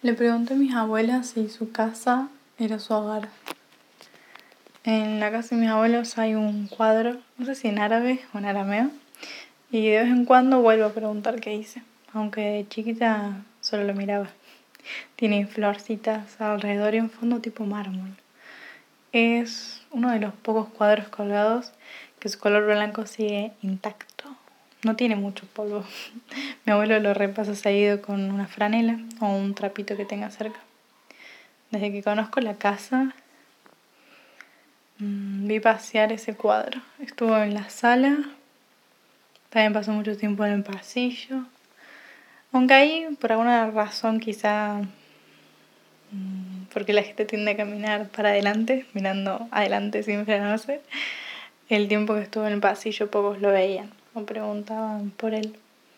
Le pregunté a mis abuelas si su casa era su hogar. En la casa de mis abuelos hay un cuadro, no sé si en árabe o en arameo, y de vez en cuando vuelvo a preguntar qué hice, aunque de chiquita solo lo miraba. Tiene florcitas alrededor y un fondo tipo mármol. Es uno de los pocos cuadros colgados que su color blanco sigue intacto. No tiene mucho polvo. Mi abuelo lo repasa seguido con una franela o un trapito que tenga cerca. Desde que conozco la casa, vi pasear ese cuadro. Estuvo en la sala, también pasó mucho tiempo en el pasillo. Aunque ahí, por alguna razón, quizá porque la gente tiende a caminar para adelante, mirando adelante sin frenarse, el tiempo que estuvo en el pasillo pocos lo veían o preguntaban por él.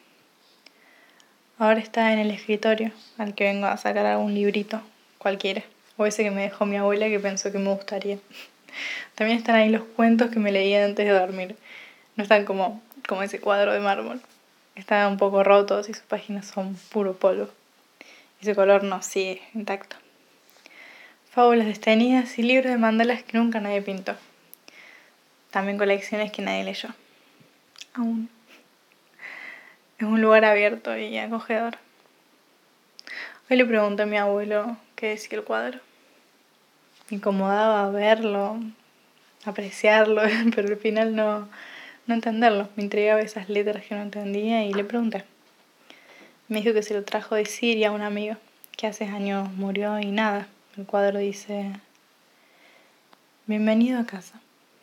Ahora está en el escritorio, al que vengo a sacar algún librito, cualquiera, o ese que me dejó mi abuela que pensó que me gustaría. También están ahí los cuentos que me leía antes de dormir. No están como ese cuadro de mármol. Están un poco rotos y sus páginas son puro polvo. Y su color no sigue intacto. Fábulas destenidas y libros de mandalas que nunca nadie pintó. También colecciones que nadie leyó. Aún. Es un lugar abierto y acogedor. Hoy le pregunté a mi abuelo qué decía el cuadro. Me incomodaba verlo, apreciarlo, pero al final no entenderlo. Me intrigaba esas letras que no entendía y le pregunté. Me dijo que se lo trajo de Siria a un amigo, que hace años murió y nada. El cuadro dice: bienvenido a casa.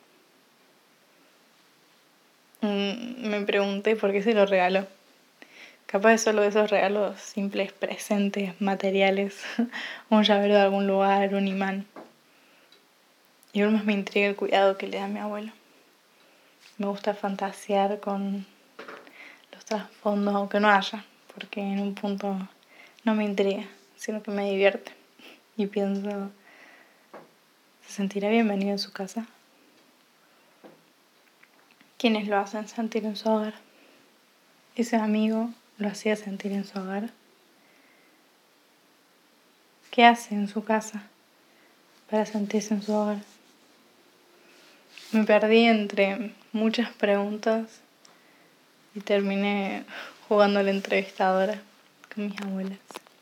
Me pregunté por qué se lo regaló. Capaz es solo de esos regalos simples, presentes, materiales, un llavero de algún lugar, un imán. Y aún más me intriga el cuidado que le da a mi abuelo. Me gusta fantasear con los trasfondos, aunque no haya, porque en un punto no me intriga, sino que me divierte. Y pienso, ¿se sentirá bienvenido en su casa? ¿Quiénes lo hacen sentir en su hogar? ¿Ese amigo lo hacía sentir en su hogar? ¿Qué hace en su casa para sentirse en su hogar? Me perdí entre muchas preguntas y terminé jugando a la entrevistadora con mis abuelas.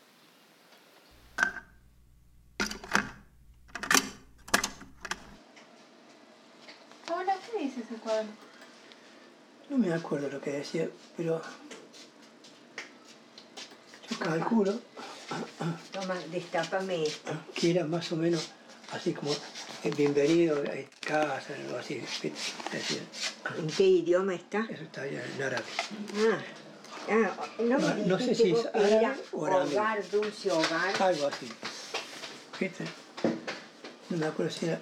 Hola, ¿qué dice ese cuadro? No me acuerdo lo que decía, pero yo calculo Toma, destápame esto. que era más o menos así como bienvenido a casa, algo así. Decía, ¿En qué idioma está? eso está ya en árabe. No me No sé dijiste si vos es que era árabe o arameo. hogar, dulce hogar. Algo así. ¿Viste? No me acuerdo si era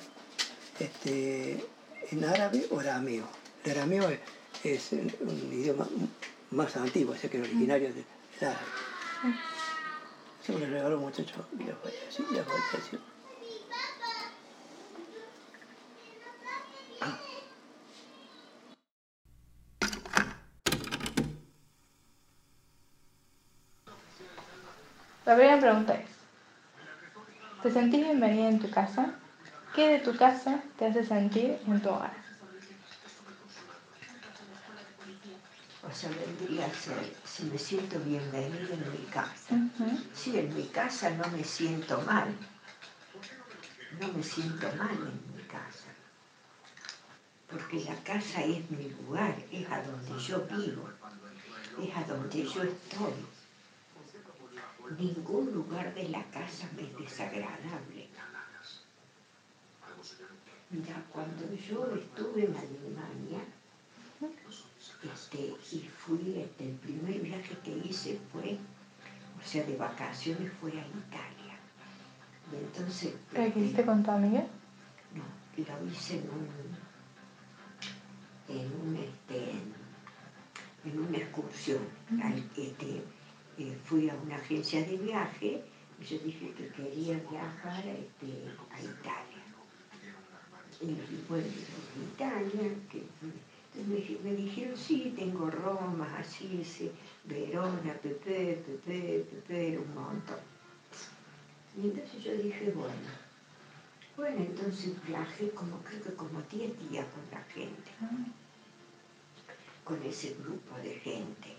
en árabe o arameo. El arameo es un idioma más antiguo, así que el originario del árabe. Eso me lo regaló un muchacho y ya falleció. La primera pregunta es: ¿te sentís bienvenida en tu casa? ¿Qué de tu casa te hace sentir en tu hogar? O sea, vendría a ser, si me siento bienvenida en mi casa. Sí, en mi casa no me siento mal. No me siento mal en mi casa. Porque la casa es mi lugar, es a donde yo vivo, es a donde yo estoy. Ningún lugar de la casa me es desagradable. Mira, cuando yo estuve en Alemania, y fui, el primer viaje que hice fue, o sea, de vacaciones fue a Italia. Y entonces... ¿Pero qué hiciste con tu amiga? No, lo hice en una excursión. Fui a una agencia de viaje y yo dije que quería viajar a Italia. Y bueno, Italia, entonces me dijeron, sí, tengo Roma, Assisi, Verona, Pepe, un montón. Y entonces yo dije, bueno, entonces viajé creo que como 10 días con la gente, con ese grupo de gente.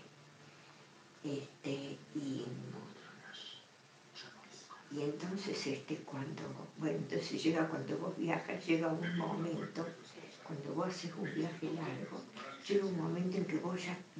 Y entonces entonces cuando vos viajas, llega un momento, cuando vos haces un viaje largo, llega un momento en que vos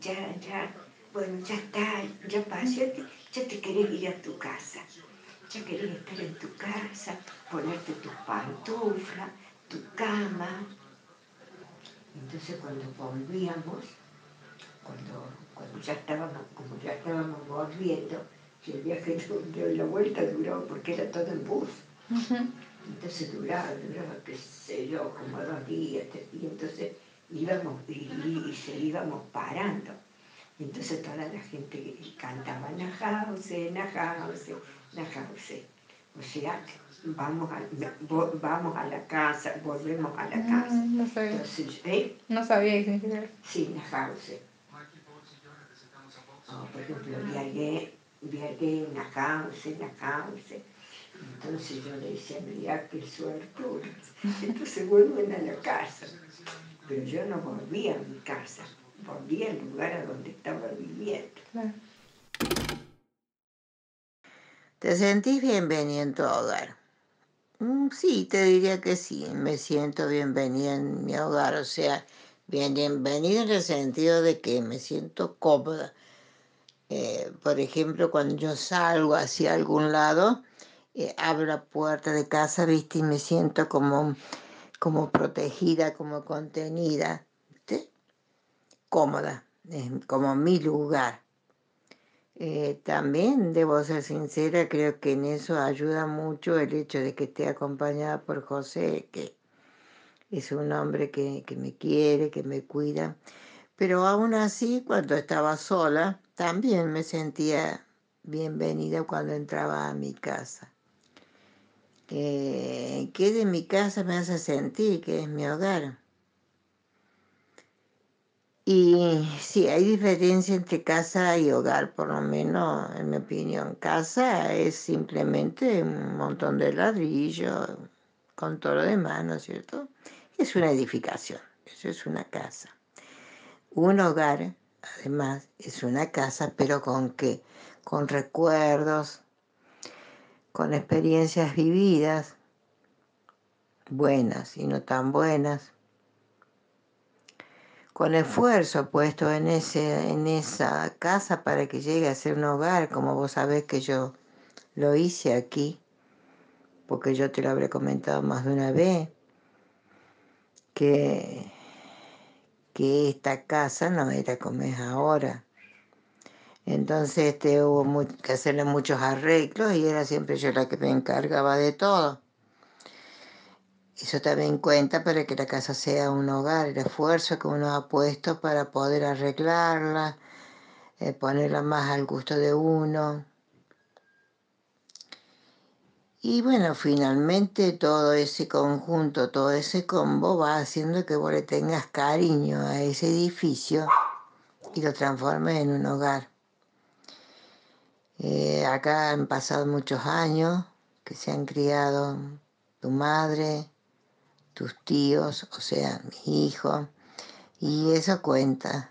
ya está, ya pasaste, ya te querés ir a tu casa, ya querés estar en tu casa, ponerte tus pantuflas, tu cama. Entonces cuando volvíamos, cuando como ya estábamos volviendo, y el viaje de la vuelta duró, porque era todo en bus. Entonces duraba, qué sé yo, como 2 días, y entonces íbamos y se íbamos parando. Entonces toda la gente cantaba Najause, Najause, Najause. O sea, vamos a la casa, volvemos a la casa. No sabía. Entonces, No sabía qué significaba. Sí, Najause. Por ejemplo, Viagué, Najause, Najause. Entonces yo le decía, mira qué suertudos. Entonces vuelven a la casa. Pero yo no volví a mi casa, volví al lugar a donde estaba viviendo. Claro. ¿Te sentís bienvenida en tu hogar? Sí, te diría que sí, me siento bienvenida en mi hogar, o sea, bienvenida en el sentido de que me siento cómoda. Por ejemplo, cuando yo salgo hacia algún lado, abro la puerta de casa, ¿viste? Y me siento como protegida, como contenida, ¿viste? Cómoda, es como mi lugar. También debo ser sincera, creo que en eso ayuda mucho el hecho de que esté acompañada por José, que es un hombre que me quiere, que me cuida. Pero aún así, cuando estaba sola, también me sentía bienvenida cuando entraba a mi casa. ¿Qué de mi casa me hace sentir que es mi hogar? Y sí, hay diferencia entre casa y hogar, por lo menos en mi opinión. Casa es simplemente un montón de ladrillos con todo lo demás, ¿no es cierto? Es una edificación, eso es una casa. Un hogar, además, es una casa, pero ¿con qué? Con recuerdos, con experiencias vividas, buenas y no tan buenas, con esfuerzo puesto en esa casa para que llegue a ser un hogar, como vos sabés que yo lo hice aquí, porque yo te lo habré comentado más de una vez, que esta casa no era como es ahora. Entonces hubo que hacerle muchos arreglos y era siempre yo la que me encargaba de todo. Eso también cuenta para que la casa sea un hogar, el esfuerzo que uno ha puesto para poder arreglarla, ponerla más al gusto de uno. Y bueno, finalmente todo ese conjunto, todo ese combo va haciendo que vos le tengas cariño a ese edificio y lo transformes en un hogar. Acá han pasado muchos años que se han criado tu madre, tus tíos, o sea, mi hijo, y eso cuenta.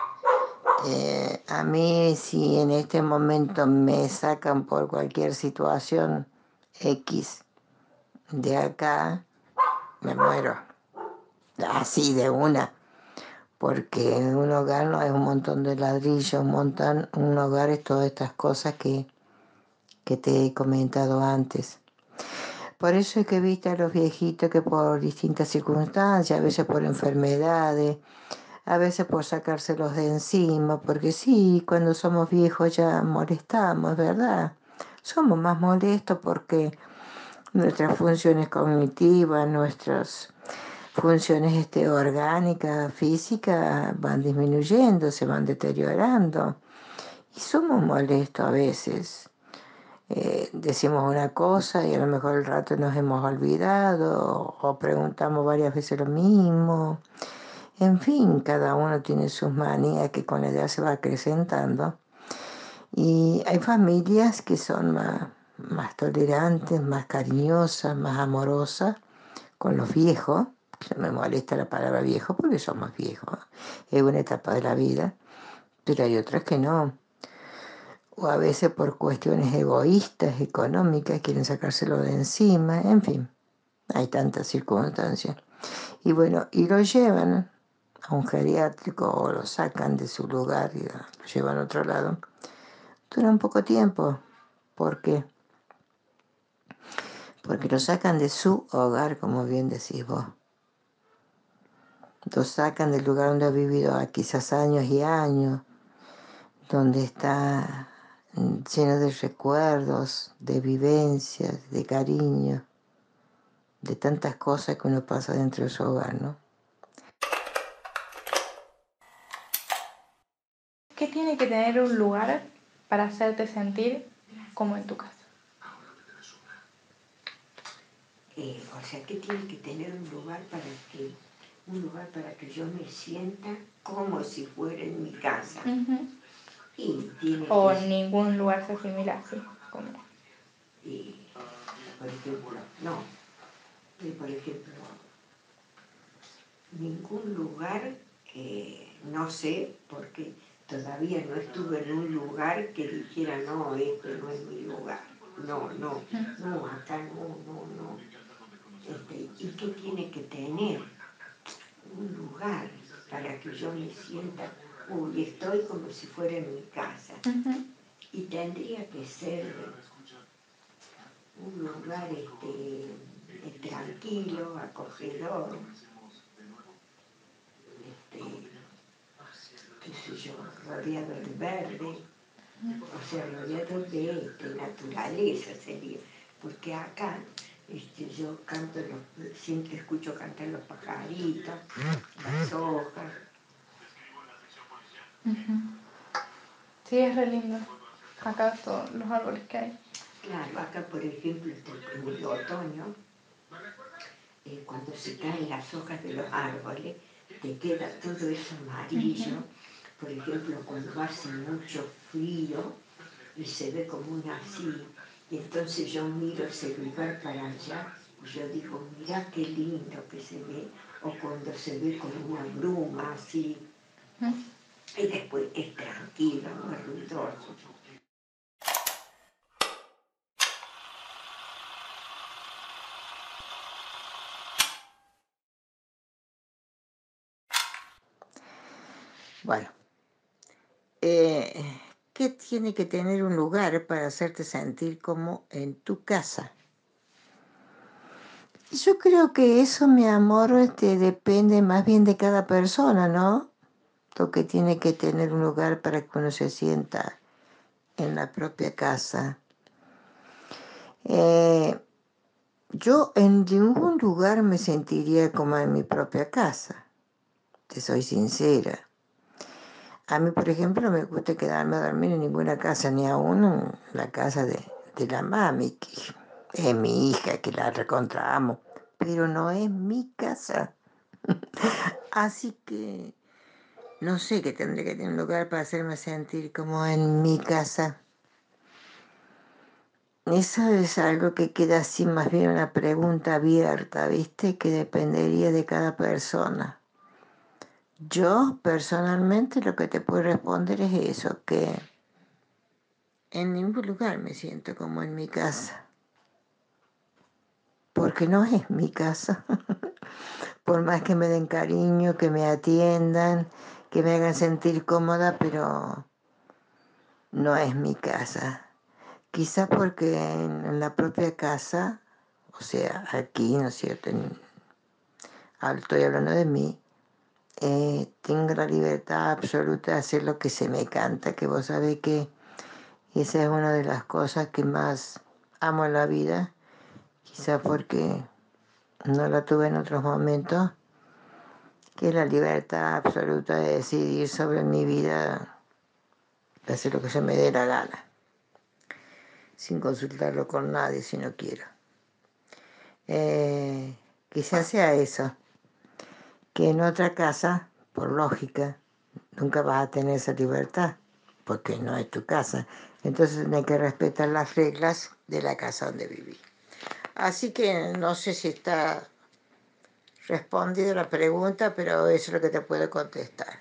A mí si en este momento me sacan por cualquier situación X de acá, me muero, así de una, porque un hogar no es un montón de ladrillos, un hogar es todas estas cosas que te he comentado antes. Por eso es que viste a los viejitos que por distintas circunstancias, a veces por enfermedades, a veces por sacárselos de encima, porque sí, cuando somos viejos ya molestamos, ¿verdad? Somos más molestos porque nuestras funciones cognitivas, nuestras funciones orgánicas, físicas, van disminuyendo, se van deteriorando. Y somos molestos a veces. Decimos una cosa y a lo mejor al rato nos hemos olvidado o preguntamos varias veces lo mismo. En fin, cada uno tiene sus manías que con la edad se va acrecentando. Y hay familias que son más tolerantes, más cariñosas, más amorosas con los viejos. No me molesta la palabra viejo porque somos viejos, es una etapa de la vida, pero hay otras que no. O a veces por cuestiones egoístas, económicas, quieren sacárselo de encima, en fin, hay tantas circunstancias. Y bueno, y lo llevan a un geriátrico o lo sacan de su lugar y lo llevan a otro lado. Dura un poco tiempo. ¿Por qué? Porque lo sacan de su hogar, como bien decís vos. Lo sacan del lugar donde ha vivido quizás años y años, donde está lleno de recuerdos, de vivencias, de cariño, de tantas cosas que uno pasa dentro de su hogar, ¿no? ¿Qué tiene que tener un lugar para hacerte sentir como en tu casa? O sea, que tiene que tener un lugar para que yo me sienta como si fuera en mi casa. Y tiene O que, en ningún lugar se asimila así. Como... y, por ejemplo, no, por ejemplo, ningún lugar, no sé, porque todavía no estuve en un lugar que dijera, no, este no es mi lugar. No, acá no. ¿Y qué tiene que tener? Un lugar para que yo me sienta, uy, estoy como si fuera en mi casa. Y tendría que ser un lugar tranquilo, acogedor, qué sé yo, rodeado de verde, o sea, rodeado de naturaleza sería, porque acá yo canto, siempre escucho cantar los pajaritos, las hojas. Sí, es re lindo. Acá todos los árboles que hay. Claro, acá por ejemplo en el otoño, cuando se caen las hojas de los árboles, te queda todo eso amarillo. Por ejemplo, cuando hace mucho frío y se ve como una así, y entonces yo miro ese lugar para allá y yo digo, mira qué lindo que se ve, o cuando se ve como una bruma así, y después es tranquilo, no es ruidoso. Bueno, ¿qué tiene que tener un lugar para hacerte sentir como en tu casa? Yo creo que eso, mi amor, depende más bien de cada persona, ¿no? Lo que tiene que tener un lugar para que uno se sienta en la propia casa. Yo en ningún lugar me sentiría como en mi propia casa, te soy sincera. A mí, por ejemplo, no me gusta quedarme a dormir en ninguna casa, ni aún en la casa de la mami, que es mi hija, que la recontra amo, pero no es mi casa. Así que no sé qué tendría que tener un lugar para hacerme sentir como en mi casa. Eso es algo que queda así más bien una pregunta abierta, ¿viste? Que dependería de cada persona. Yo personalmente lo que te puedo responder es eso, que en ningún lugar me siento como en mi casa, porque no es mi casa. Por más que me den cariño, que me atiendan, que me hagan sentir cómoda, pero no es mi casa. Quizás porque en la propia casa, o sea, aquí, ¿no es cierto? Estoy hablando de mí, tengo la libertad absoluta de hacer lo que se me canta, que vos sabés que esa es una de las cosas que más amo en la vida, quizás porque no la tuve en otros momentos, que es la libertad absoluta de decidir sobre mi vida, de hacer lo que se me dé la gana, sin consultarlo con nadie si no quiero. Quizás sea eso, que en otra casa, por lógica, nunca vas a tener esa libertad, porque no es tu casa. Entonces tenés que respetar las reglas de la casa donde vivís. Así que no sé si está respondida la pregunta, pero eso es lo que te puedo contestar.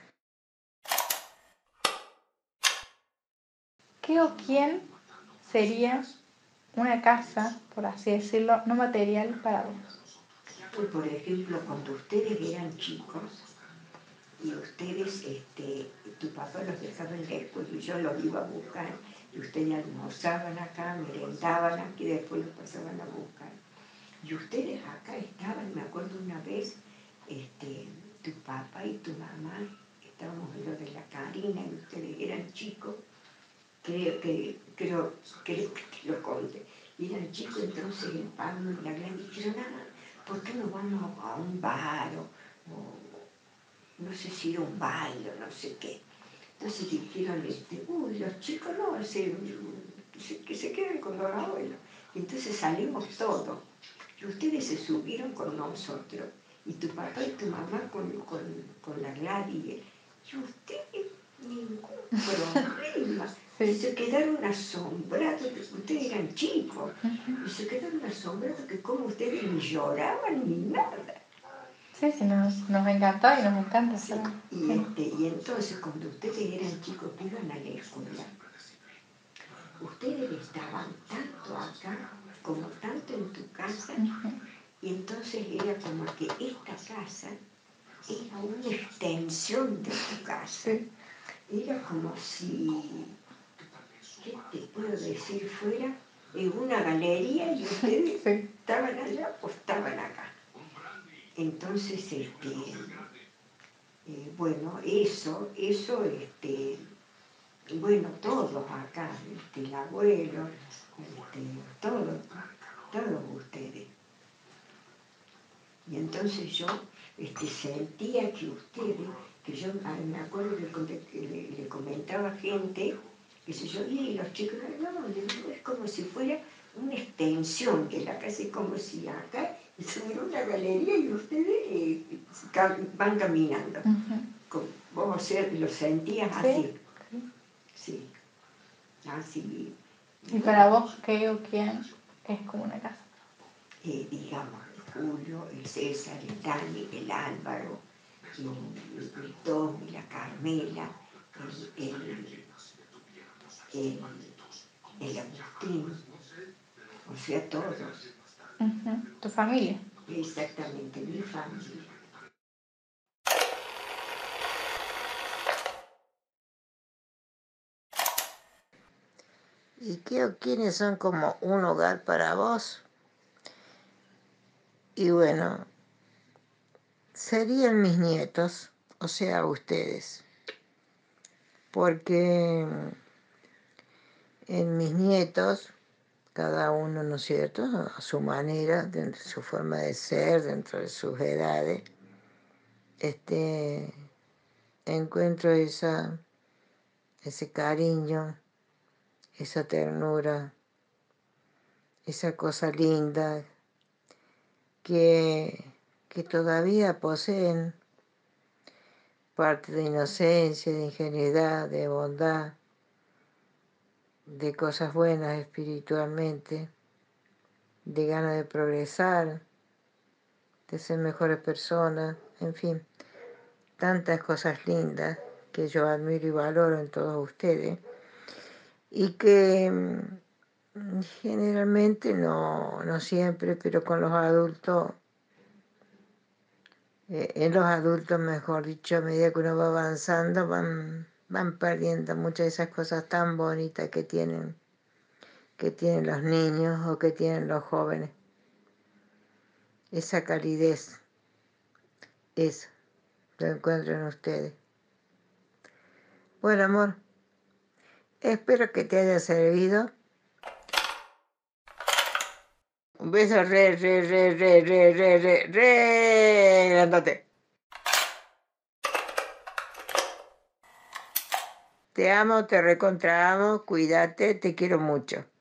¿Qué o quién sería una casa, por así decirlo, no material para vos? Pues, por ejemplo, cuando ustedes eran chicos y ustedes, tu papá los dejaba en la escuela y yo los iba a buscar, y ustedes almorzaban acá, merendaban aquí, después los pasaban a buscar. Y ustedes acá estaban, me acuerdo una vez, tu papá y tu mamá, estábamos en lo de la Karina y ustedes eran chicos, creo que te lo conté. Y eran chicos, entonces el Pablo y la Gladys dijeron, ¿por qué no vamos a un bar o no sé si ir a un baile o no sé qué? Entonces dijeron, los chicos no, que se queden con los abuelos. Y entonces salimos todos. Y ustedes se subieron con nosotros. Y tu papá y tu mamá con la Gladys. Y ustedes, ningún problema. Sí. Y se quedaron asombrados, porque ustedes eran chicos. Y se quedaron asombrados que como ustedes ni lloraban ni nada. Sí, sí, nos encantó y nos encanta. Sí, Sí. y entonces cuando ustedes eran chicos que iban a la escuela, ustedes estaban tanto acá como tanto en tu casa, y entonces era como que esta casa era una extensión de tu casa. Sí. Era como si, ¿qué te puedo decir? Fuera en una galería y ustedes Sí. estaban allá o estaban acá. Entonces, bueno, bueno, todos acá, el abuelo, todos ustedes. Y entonces yo sentía que ustedes, que yo me acuerdo que le comentaba a gente, que si yo y los chicos, no, es como si fuera una extensión de la casa, es como si acá estuviera una galería y ustedes van caminando. Vos, o sea, lo sentías así. Sí, así. ¿Y para vos qué o quién es como una casa? Digamos, el Julio, el César, el Dani, el Álvaro, el Tommy, la Carmela, el Agustín, o sea, todos. Tu familia. Exactamente, mi familia. ¿Y qué o quiénes son como un hogar para vos? Y bueno, serían mis nietos, o sea, ustedes. Porque en mis nietos, cada uno, ¿no es cierto?, a su manera, dentro de su forma de ser, dentro de sus edades, encuentro ese cariño, esa ternura, esa cosa linda que todavía poseen parte de inocencia, de ingenuidad, de bondad, de cosas buenas espiritualmente, de ganas de progresar, de ser mejores personas, en fin, tantas cosas lindas que yo admiro y valoro en todos ustedes y que generalmente, no siempre, pero con los adultos, en los adultos, mejor dicho, a medida que uno va avanzando, van perdiendo muchas de esas cosas tan bonitas que tienen los niños o que tienen los jóvenes. Esa calidez, eso, lo encuentro en ustedes. Bueno, amor, espero que te haya servido. Un beso re grandote. Te amo, te recontra amo, cuídate, te quiero mucho.